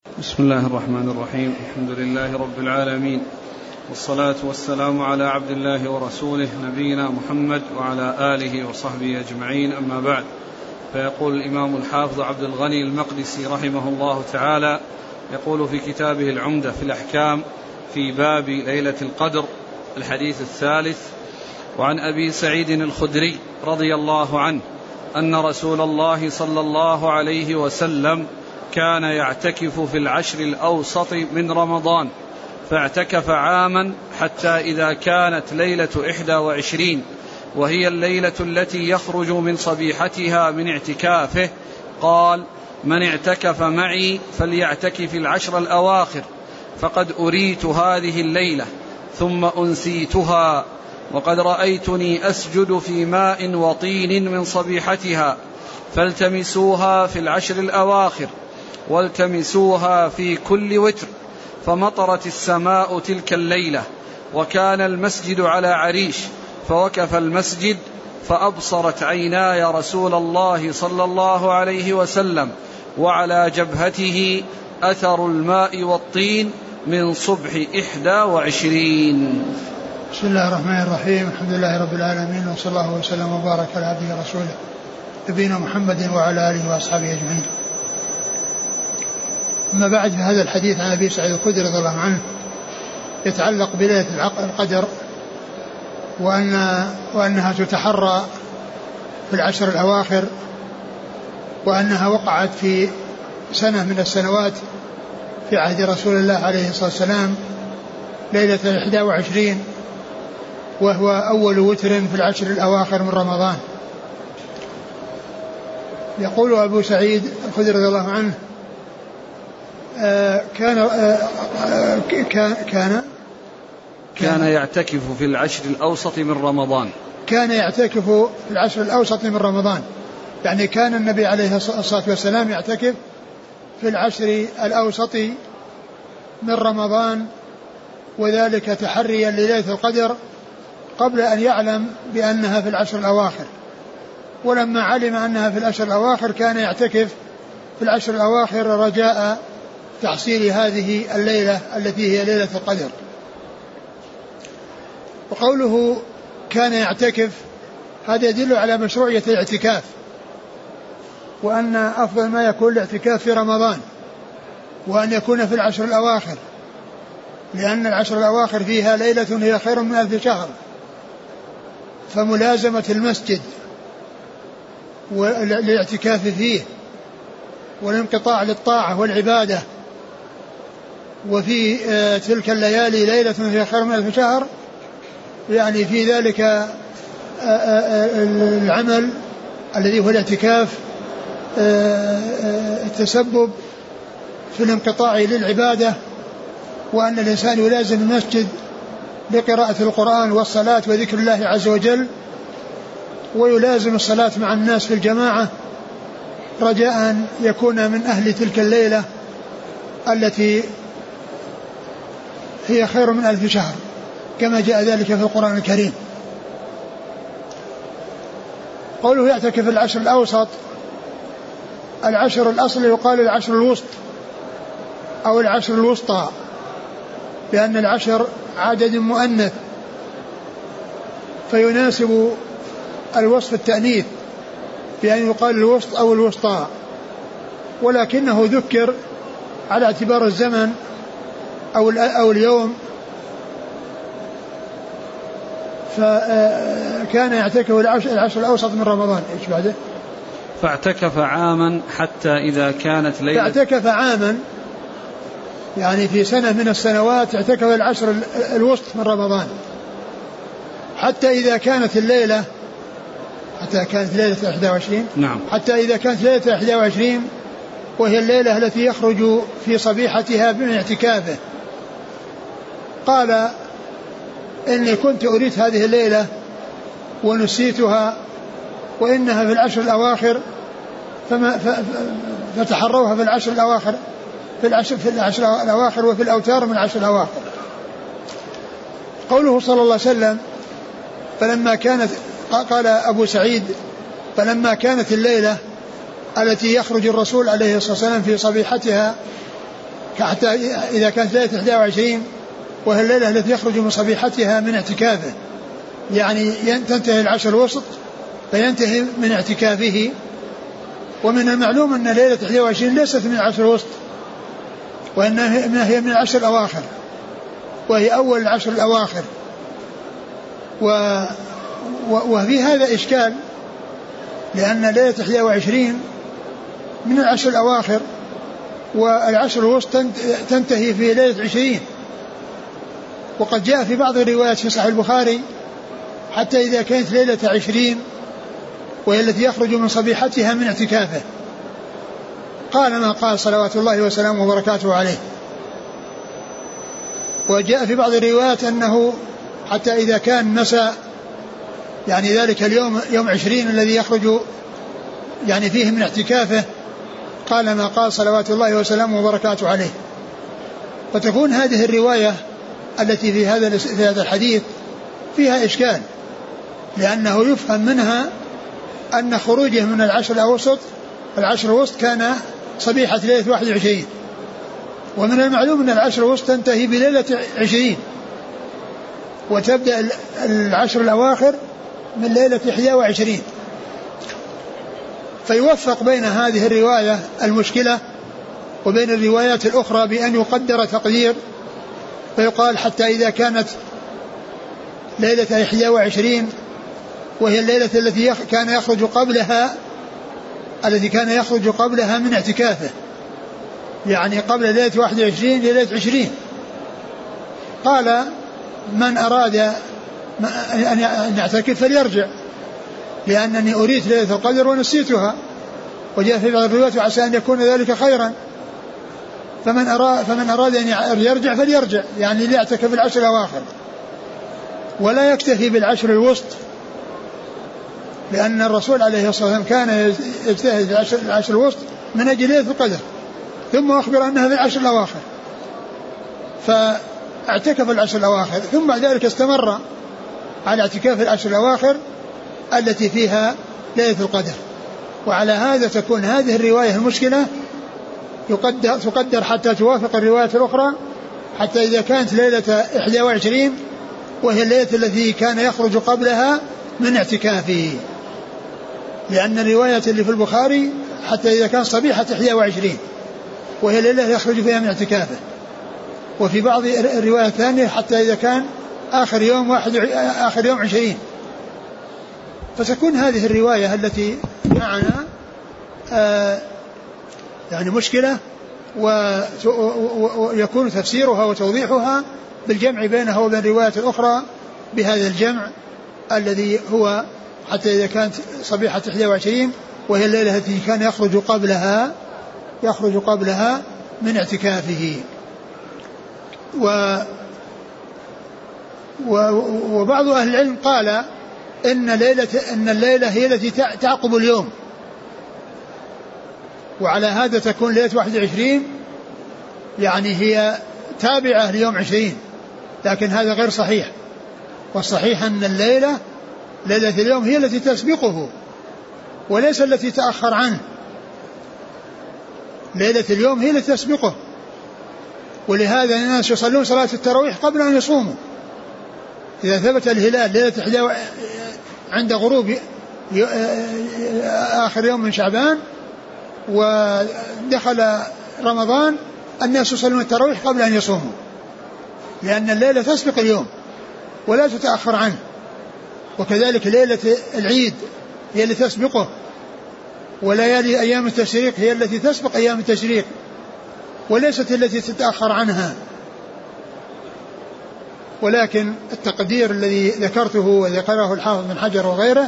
بسم الله الرحمن الرحيم. الحمد لله رب العالمين، والصلاة والسلام على عبد الله ورسوله نبينا محمد وعلى آله وصحبه أجمعين، أما بعد. فيقول الإمام الحافظ عبد الغني المقدسي رحمه الله تعالى، يقول في كتابه العمدة في الأحكام في باب ليلة القدر الحديث الثالث: وعن أبي سعيد الخدري رضي الله عنه أن رسول الله صلى الله عليه وسلم كان يعتكف في العشر الأوسط من رمضان، فاعتكف عاما حتى إذا كانت ليلة 21 وهي الليلة التي يخرج من صبيحتها من اعتكافه قال: من اعتكف معي فليعتكف العشر الأواخر، فقد أريت هذه الليلة ثم أنسيتها، وقد رأيتني أسجد في ماء وطين من صبيحتها، فالتمسوها في العشر الأواخر والتمسوها في كل وتر. فمطرت السماء تلك الليلة، وكان المسجد على عريش، فوقف المسجد فأبصرت عيناي رسول الله صلى الله عليه وسلم وعلى جبهته أثر الماء والطين من صبح 21. بسم الله الرحمن الرحيم. الحمد لله رب العالمين، وصلى الله وسلم وبارك على عبده ورسوله نبينا محمد وعلى آله وأصحابه أجمعين. أما بعد، فهذا الحديث عن أبي سعيد الخدري رضي الله عنه يتعلق بليلة القدر، وأنها تتحرى في العشر الأواخر، وأنها وقعت في سنة من السنوات في عهد رسول الله عليه الصلاة والسلام ليلة 21، وهو أول وتر في العشر الأواخر من رمضان. يقول أبو سعيد الخدري رضي الله عنه: كان يعتكف في العشر الأوسط من رمضان. كان يعتكف في العشر الأوسط من رمضان، يعني كان النبي عليه الصلاة والسلام يعتكف في العشر الأوسط من رمضان، وذلك تحريا لليلة القدر قبل أن يعلم بأنها في العشر الأواخر. ولما علم أنها في العشر الأواخر كان يعتكف في العشر الأواخر رجاء تحصيل هذه الليلة التي هي ليلة القدر. وقوله كان يعتكف هذا يدل على مشروعية الاعتكاف، وأن أفضل ما يكون الاعتكاف في رمضان، وأن يكون في العشر الأواخر، لأن العشر الأواخر فيها ليلة هي خير من 1000 شهر. فملازمة المسجد والاعتكاف فيه والانقطاع للطاعة والعبادة، وفي تلك الليالي ليلة هي خير من 1000 شهر، يعني في ذلك العمل الذي هو الاعتكاف التسبب في الانقطاع للعبادة، وأن الإنسان يلازم المسجد لقراءة القرآن والصلاة وذكر الله عز وجل، ويلازم الصلاة مع الناس في الجماعة رجاء أن يكون من أهل تلك الليلة التي هي خير من 1000 شهر، كما جاء ذلك في القرآن الكريم. قوله يعتكف العشر الأوسط، العشر الأصل يقال العشر الوسط أو العشر الوسطى، لأن العشر عدد مؤنث فيناسب الوصف التأنيث بأن يقال الوسط أو الوسطى، ولكنه ذكر على اعتبار الزمن أو اليوم. فكان يعتكف العشر الأوسط من رمضان. إيش بعده؟ فاعتكف عاما حتى إذا كانت ليلة. فاعتكف عاما، يعني في سنة من السنوات اعتكف العشر الوسط من رمضان حتى إذا كانت الليلة، حتى كانت ليلة 21. نعم. حتى إذا كانت ليلة 21 وهي الليلة التي يخرج في صبيحتها من اعتكافه، قال: إني كنت أريد هذه الليلة ونسيتها، وإنها في العشر الأواخر، فتحروها في العشر الأواخر، في العشر الأواخر وفي الأوتار من العشر الأواخر. قوله صلى الله عليه وسلم فلما كانت، قال أبو سعيد: فلما كانت الليلة التي يخرج الرسول عليه الصلاة والسلام في صبيحتها حتى إذا كانت ليلة 21 وهي الليلة التي يخرج من صبيحتها من اعتكافه، يعني تنتهي العشر الوسط فينتهي من اعتكافه. ومن المعلوم أن ليلة 21 ليست من العشر الوسط، وإنها هي من العشر الأواخر، وهي أول العشر الأواخر. وفي هذا إشكال، لأن ليلة 21 من العشر الأواخر، والعشر الوسط تنتهي في ليلة 20. وقد جاء في بعض الروايات في صحيح البخاري حتى إذا كانت ليلة 20 وهي التي يخرج من صبيحتها من اعتكافه، قال ما قال صلوات الله وسلامه وبركاته عليه. وجاء في بعض الروايات أنه حتى إذا كان مساء، يعني ذلك اليوم يوم 20 الذي يخرج يعني فيه من اعتكافه، قال ما قال صلوات الله وسلامه وبركاته عليه. وتكون هذه الرواية التي في هذا الحديث فيها إشكال، لأنه يفهم منها أن خروجه من العشر الوسط كان صبيحة ليلة 21، ومن المعلوم أن العشر الوسط تنتهي بليلة 20، وتبدأ العشر الأواخر من ليلة 21. فيوفق بين هذه الرواية المشكلة وبين الروايات الأخرى بأن يقدر تقدير، فيقال حتى إذا كانت ليلة 21 وهي الليلة التي كان يخرج قبلها من اعتكافه، يعني قبل ليلة 21 ليلة 20. قال من أراد أن يعتكف فليرجع، لأنني أريد ليلة القدر ونسيتها. وجاء في بعض الروايات عسى أن يكون ذلك خيرا، فمن أراد أن يرجع فليرجع، يعني ليعتكف العشر الأواخر ولا يكتفي بالعشر الوسط، لأن الرسول عليه الصلاة والسلام كان يجتهد العشر الوسط من أجل ليلة القدر، ثم أخبر أنها في العشر الأواخر، فاعتكف العشر الأواخر، ثم بعد ذلك استمر على اعتكاف العشر الأواخر التي فيها ليلة القدر. وعلى هذا تكون هذه الرواية المشكلة تقدر حتى توافق الروايات الأخرى، حتى إذا كانت ليلة 21 وهي الليلة التي كان يخرج قبلها من اعتكافه، لأن الرواية اللي في البخاري حتى إذا كان صبيحة 21 وهي الليلة يخرج فيها من اعتكافه، وفي بعض الروايات الثانية حتى إذا كان آخر يوم 20. فتكون هذه الرواية التي معنا يعني مشكلة، ويكون تفسيرها وتوضيحها بالجمع بينها وبين الروايات الأخرى بهذا الجمع الذي هو حتى إذا كانت صبيحة 21 وهي الليلة التي كان يخرج قبلها من اعتكافه. وبعض أهل العلم قال إن الليلة هي التي تعقب اليوم، وعلى هذا تكون ليلة 21 يعني هي تابعة ليوم 20، لكن هذا غير صحيح. والصحيح أن ليلة اليوم هي التي تسبقه وليس التي تأخر عنه. ليلة اليوم هي التي تسبقه، ولهذا الناس يصلون صلاة التراويح قبل أن يصوموا. إذا ثبت الهلال ليلة عند غروب آخر يوم من شعبان ودخل رمضان، الناس يصلون التراويح قبل أن يصوموا، لأن الليلة تسبق اليوم ولا تتأخر عنه. وكذلك ليلة العيد هي التي تسبقه، وليالي أيام التشريق هي التي تسبق أيام التشريق وليست التي تتأخر عنها. ولكن التقدير الذي ذكرته وذكره الحافظ بن حجر وغيره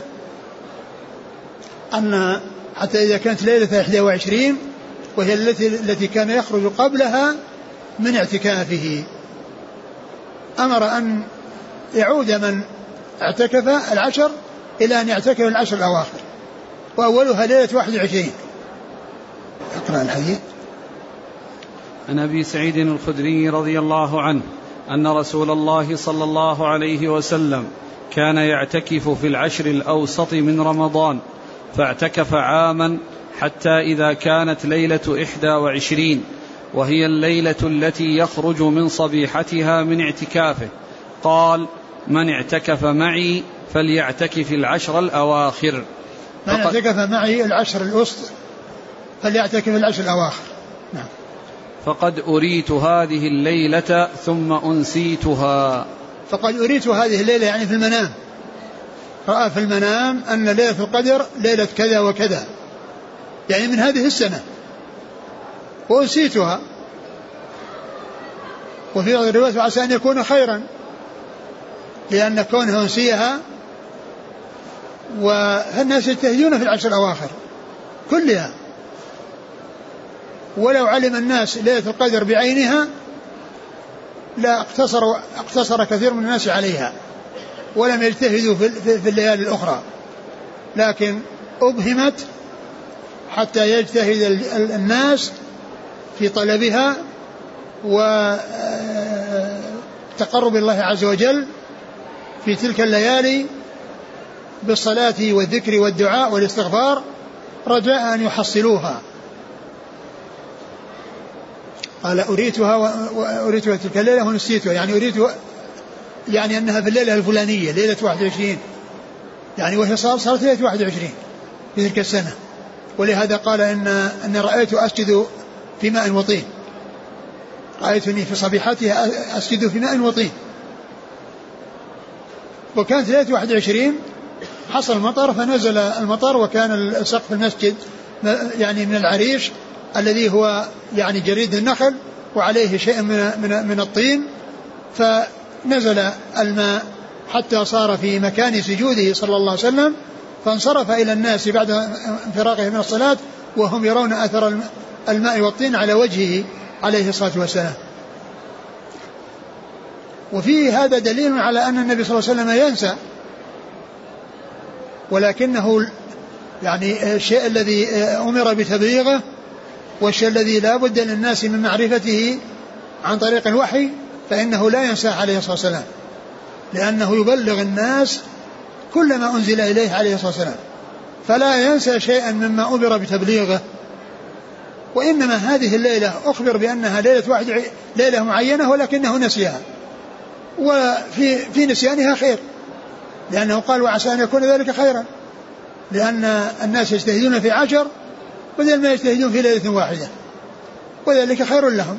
أن حتى إذا كانت ليلة 21 وهي التي كان يخرج قبلها من اعتكافه، أمر أن يعود من اعتكف العشر إلى أن يعتكف العشر الأواخر، وأولها ليلة 21. اقرأ الحديث. عن أبي سعيد الخدري رضي الله عنه أن رسول الله صلى الله عليه وسلم كان يعتكف في العشر الأوسط من رمضان، فاعتكف عاما حتى إذا كانت ليلة 21 وهي الليلة التي يخرج من صبيحتها من اعتكافه. قال: من اعتكف معي فليعتكف العشر الأواخر. من اعتكف معي العشر الوسط فليعتكف العشر الأواخر. نعم. فقد أريت هذه الليلة ثم أنسيتها. فقد أريت هذه الليلة يعني في المنام، رأى في المنام أن ليلة القدر ليلة كذا وكذا، يعني من هذه السنة، وأنسيتها. وفي الرواية عسى أن يكون خيرا، لأن كونه أنسيها، والناس يجتهدون في العشر الأواخر كلها، ولو علم الناس ليلة القدر بعينها لا اقتصر كثير من الناس عليها ولم يجتهدوا في الليالي الأخرى، لكن أبهمت حتى يجتهد الناس في طلبها وتقرب الله عز وجل في تلك الليالي بالصلاة والذكر والدعاء والاستغفار رجاء أن يحصلوها. قال: أريتها تلك الليلة ونسيتها، يعني أريتها يعني أنها في الليلة الفلانية ليلة 21، يعني وهي صارت ليلة 21 في تلك السنة. ولهذا قال أن رأيت أسجد في ماء وطين، رأيتني في صبيحتها أسجد في ماء وطين. وكانت ليلة 21 حصل المطر، فنزل المطر، وكان سقف المسجد يعني من العريش الذي هو يعني جريد النخل وعليه شيء من الطين، فنزل الماء حتى صار في مكان سجوده صلى الله عليه وسلم، فانصرف إلى الناس بعد انفراغه من الصلاة وهم يرون أثر الماء والطين على وجهه عليه الصلاة والسلام. وفي هذا دليل على أن النبي صلى الله عليه وسلم ينسى، ولكنه يعني الشيء الذي أمر بتبليغه والشيء الذي لا بد للناس من معرفته عن طريق الوحي فإنه لا ينسى عليه الصلاة والسلام، لأنه يبلغ الناس كل ما أنزل إليه عليه الصلاة والسلام، فلا ينسى شيئا مما أمر بتبليغه. وإنما هذه الليلة أخبر بأنها ليلة معينة ولكنه نسيها، وفي نسيانها خير، لأنه قال: وعسى أن يكون ذلك خيرا، لأن الناس يجتهدون في 10 بدل ما يجتهدون في ليلة واحدة، وذلك خير لهم،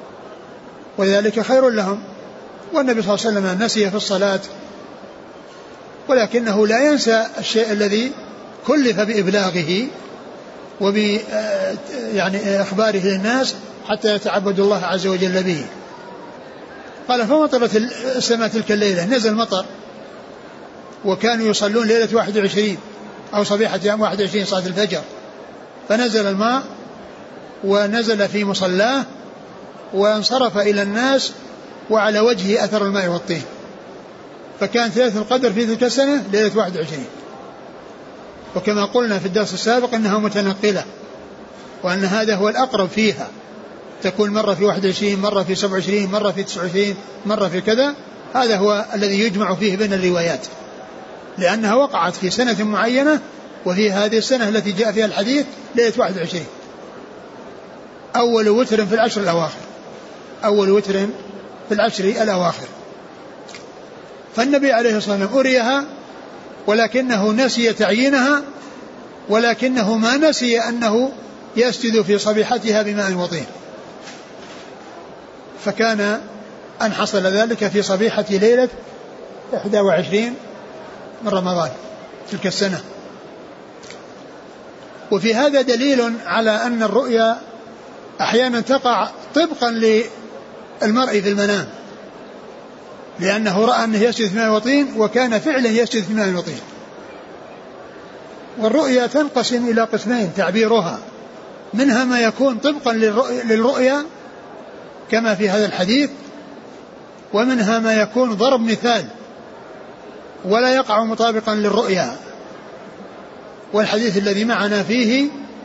والنبي صلى الله عليه وسلم نسي في الصلاة، ولكنه لا ينسى الشيء الذي كلف بإبلاغه يعني إخباره للناس حتى يتعبدوا الله عز وجل به. قال: فمطرت السماء تلك الليلة، نزل مطر، وكانوا يصلون ليلة 21 أو صبيحة يوم 21 صلاة الفجر، فنزل الماء ونزل في مصلاه وانصرف إلى الناس وعلى وجهه أثر الماء والطين. فكانت ليلة القدر في تلك السنة ليلة 21، وكما قلنا في الدرس السابق أنها متنقلة، وأن هذا هو الأقرب فيها، تكون مرة في 21، مرة في 27، مرة في 29، مرة في كذا. هذا هو الذي يجمع فيه بين الروايات، لأنها وقعت في سنة معينة، وفي هذه السنة التي جاء فيها الحديث ليلة 21 أول وتر في العشر الأواخر. فالنبي عليه الصلاة والسلام أريها، ولكنه نسي تعيينها، ولكنه ما نسي أنه يسجد في صبيحتها بماء وطين، فكان أن حصل ذلك في صبيحة ليلة 21 من رمضان تلك السنة. وفي هذا دليل على أن الرؤيا أحيانا تقع طبقا للمرء في المنام، لأنه رأى أنه يسجد في ماء وطين، وكان فعلا يسجد في ماء وطين. والرؤيا تنقسم إلى قسمين تعبيرها، منها ما يكون طبقا للرؤيا كما في هذا الحديث، ومنها ما يكون ضرب مثال ولا يقع مطابقا للرؤيا. والحديث الذي معنا فيه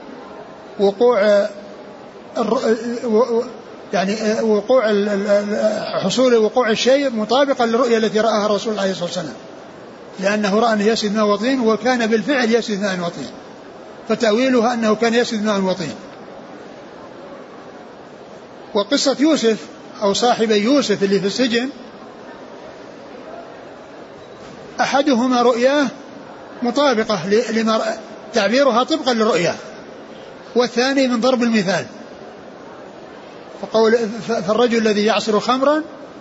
حصول وقوع الشيء مطابقا للرؤيا التي رآها الرسول عليه الصلاة والسلام، لأنه رأى أنه يسجد ماء وطين، وكان بالفعل يسجد ماء وطين، فتأويلها أنه كان يسجد ماء وطين. وقصة يوسف أو صاحب يوسف اللي في السجن أحدهما رؤياه مطابقة تعبيرها طبقا للرؤيا، والثاني من ضرب المثال. فالرجل الذي يعصر خمرا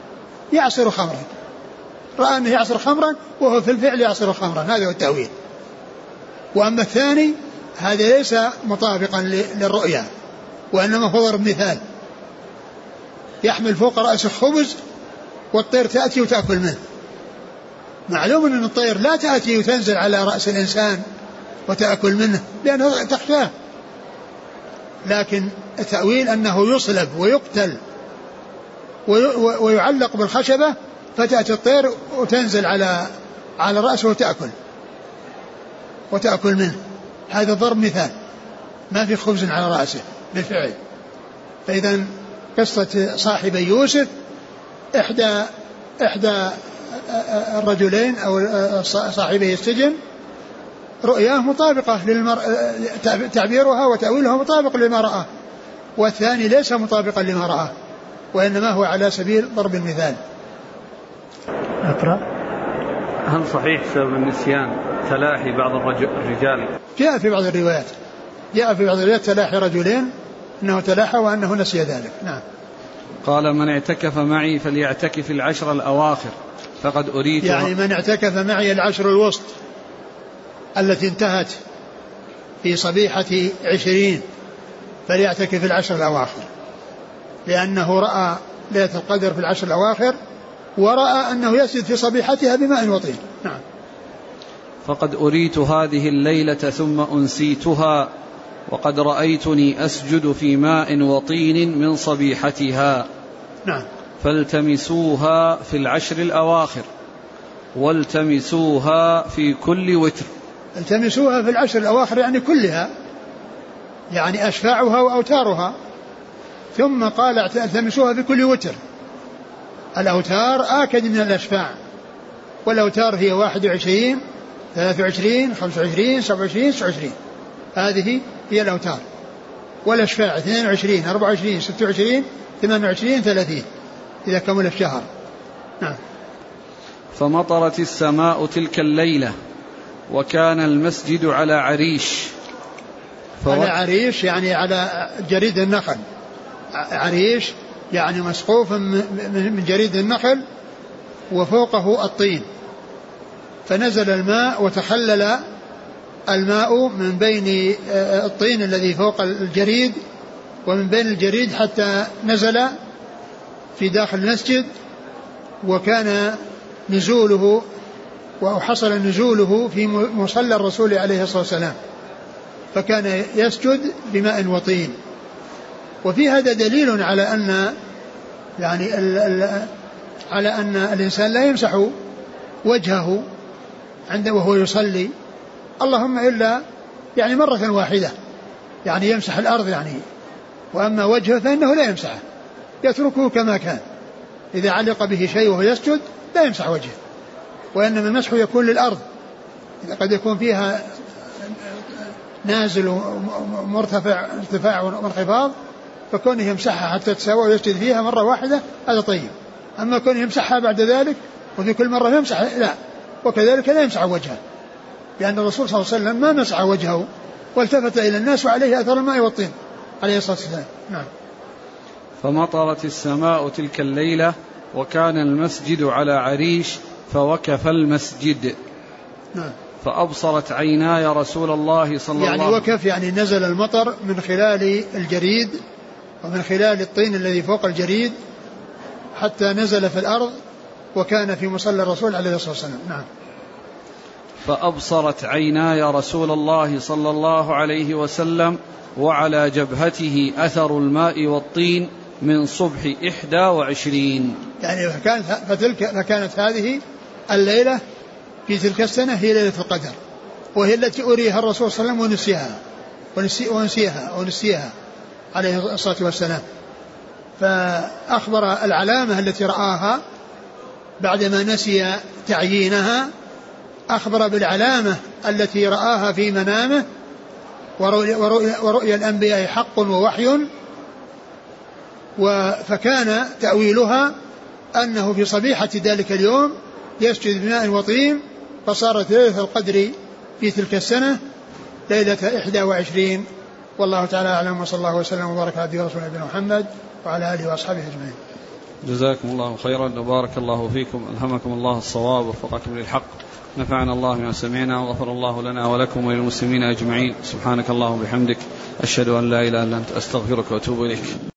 رأى أنه يعصر خمرا وهو في الفعل يعصر خمرا، هذا هو التأويل. وأما الثاني هذا ليس مطابقا للرؤيا وإنما هو ضرب مثال، يحمل فوق رأسه خبز والطير تأتي وتأكل منه. معلوم أن الطير لا تأتي وتنزل على رأس الإنسان وتأكل منه لأنه تخشاه، لكن التأويل أنه يصلب ويقتل ويعلق بالخشبة فتأتي الطير وتنزل على رأسه وتأكل منه. هذا ضرب مثال، ما في خبز على رأسه بالفعل. فإذا قصة صاحب يوسف إحدى الرجلين أو صاحبي السجن رؤياه مطابقة تعبيرها وتأويلها مطابق لما رأى، والثاني ليس مطابقا لما رأى وإنما هو على سبيل ضرب المثال. أقرأ. هل صحيح سبب النسيان تلاحي بعض الرجال؟ جاء في بعض الروايات تلاحي رجلين أنه تلاحى وأنه نسي ذلك. نعم. قال من اعتكف معي فليعتكف العشر الأواخر فقد أريت، يعني من اعتكف معي العشر الوسط التي انتهت في صبيحة 20 فليعتكف العشر الأواخر، لأنه رأى ليلة القدر في العشر الأواخر ورأى أنه يسجد في صبيحتها بماء وطين. نعم. فقد أريت هذه الليلة ثم أنسيتها وقد رأيتني أسجد في ماء وطين من صبيحتها. نعم. فالتمسوها في العشر الأواخر والتمسوها في كل وتر. التمسوها في العشر الأواخر يعني كلها، يعني أشفاعها وأوتارها. ثم قال التمسوها في كل وتر. الأوتار آكد من الأشفاع، والأوتار هي 21 23 25 27 29، هذه هي الأوتار. والأشفاع 22 24 26 28 30 إذا كمل الشهر. نعم. فمطرت السماء تلك الليلة وكان المسجد على عريش. على عريش يعني على جريد النخل، عريش يعني مسقوف من جريد النخل وفوقه الطين، فنزل الماء وتخلل الماء من بين الطين الذي فوق الجريد ومن بين الجريد حتى نزل في داخل المسجد، وكان نزوله وحصل نزوله في مصلى الرسول عليه الصلاة والسلام، فكان يسجد بماء وطين. وفي هذا دليل على أن يعني على أن الإنسان لا يمسح وجهه عنده وهو يصلي، اللهم إلا يعني مرة واحدة، يعني يمسح الأرض يعني، وأما وجهه فإنه لا يمسحه، يتركه كما كان. إذا علق به شيء وهو يسجد لا يمسح وجهه، وإنما المسح يكون للأرض، إذا قد يكون فيها نازل ومرتفع ارتفاع وانخفاض فكونه يمسحها حتى تساوي ويسجد فيها مرة واحدة هذا طيب. أما كونه يمسحها بعد ذلك وفي كل مرة يمسح لا، وكذلك لا يمسح وجهه، لأن الرسول صلى الله عليه وسلم ما مسح وجهه والتفت إلى الناس وعليه أثر الماء والطين عليه الصلاة والسلام. نعم. فمطرت السماء تلك الليلة وكان المسجد على عريش فوكف المسجد. نعم. فأبصرت عيناي رسول الله صلى الله عليه وسلم. يعني وكف يعني نزل المطر من خلال الجريد ومن خلال الطين الذي فوق الجريد حتى نزل في الأرض وكان في مصلى الرسول عليه الصلاة والسلام. نعم. فأبصرت عيناي رسول الله صلى الله عليه وسلم وعلى جبهته أثر الماء والطين من صبح 21. يعني فكانت هذه الليلة في تلك السنة هي ليلة القدر، وهي التي أريها الرسول صلى الله عليه وسلم ونسيها عليه الصلاة والسلام. فأخبر العلامة التي رآها بعدما نسي تعيينها، أخبر بالعلامة التي رآها في منامه، ورؤيا الأنبياء حق ووحي، فكان تأويلها أنه في صبيحة ذلك اليوم يسجد بماء وطين، فصارت ليلة القدر في تلك السنة ليلة 21. والله تعالى أعلم، وصلى الله وسلم وبارك على عبده ورسوله نبينا محمد وعلى آله وأصحابه أجمعين. جزاكم الله خيرا وبارك الله فيكم، ألهمكم الله الصواب ووفقكم للحق، نفعنا الله بما سمعنا وغفر الله لنا ولكم وللمسلمين أجمعين. سبحانك اللهم وبحمدك، أشهد أن لا إله إلا أنت، أستغفرك وأتوب إليك.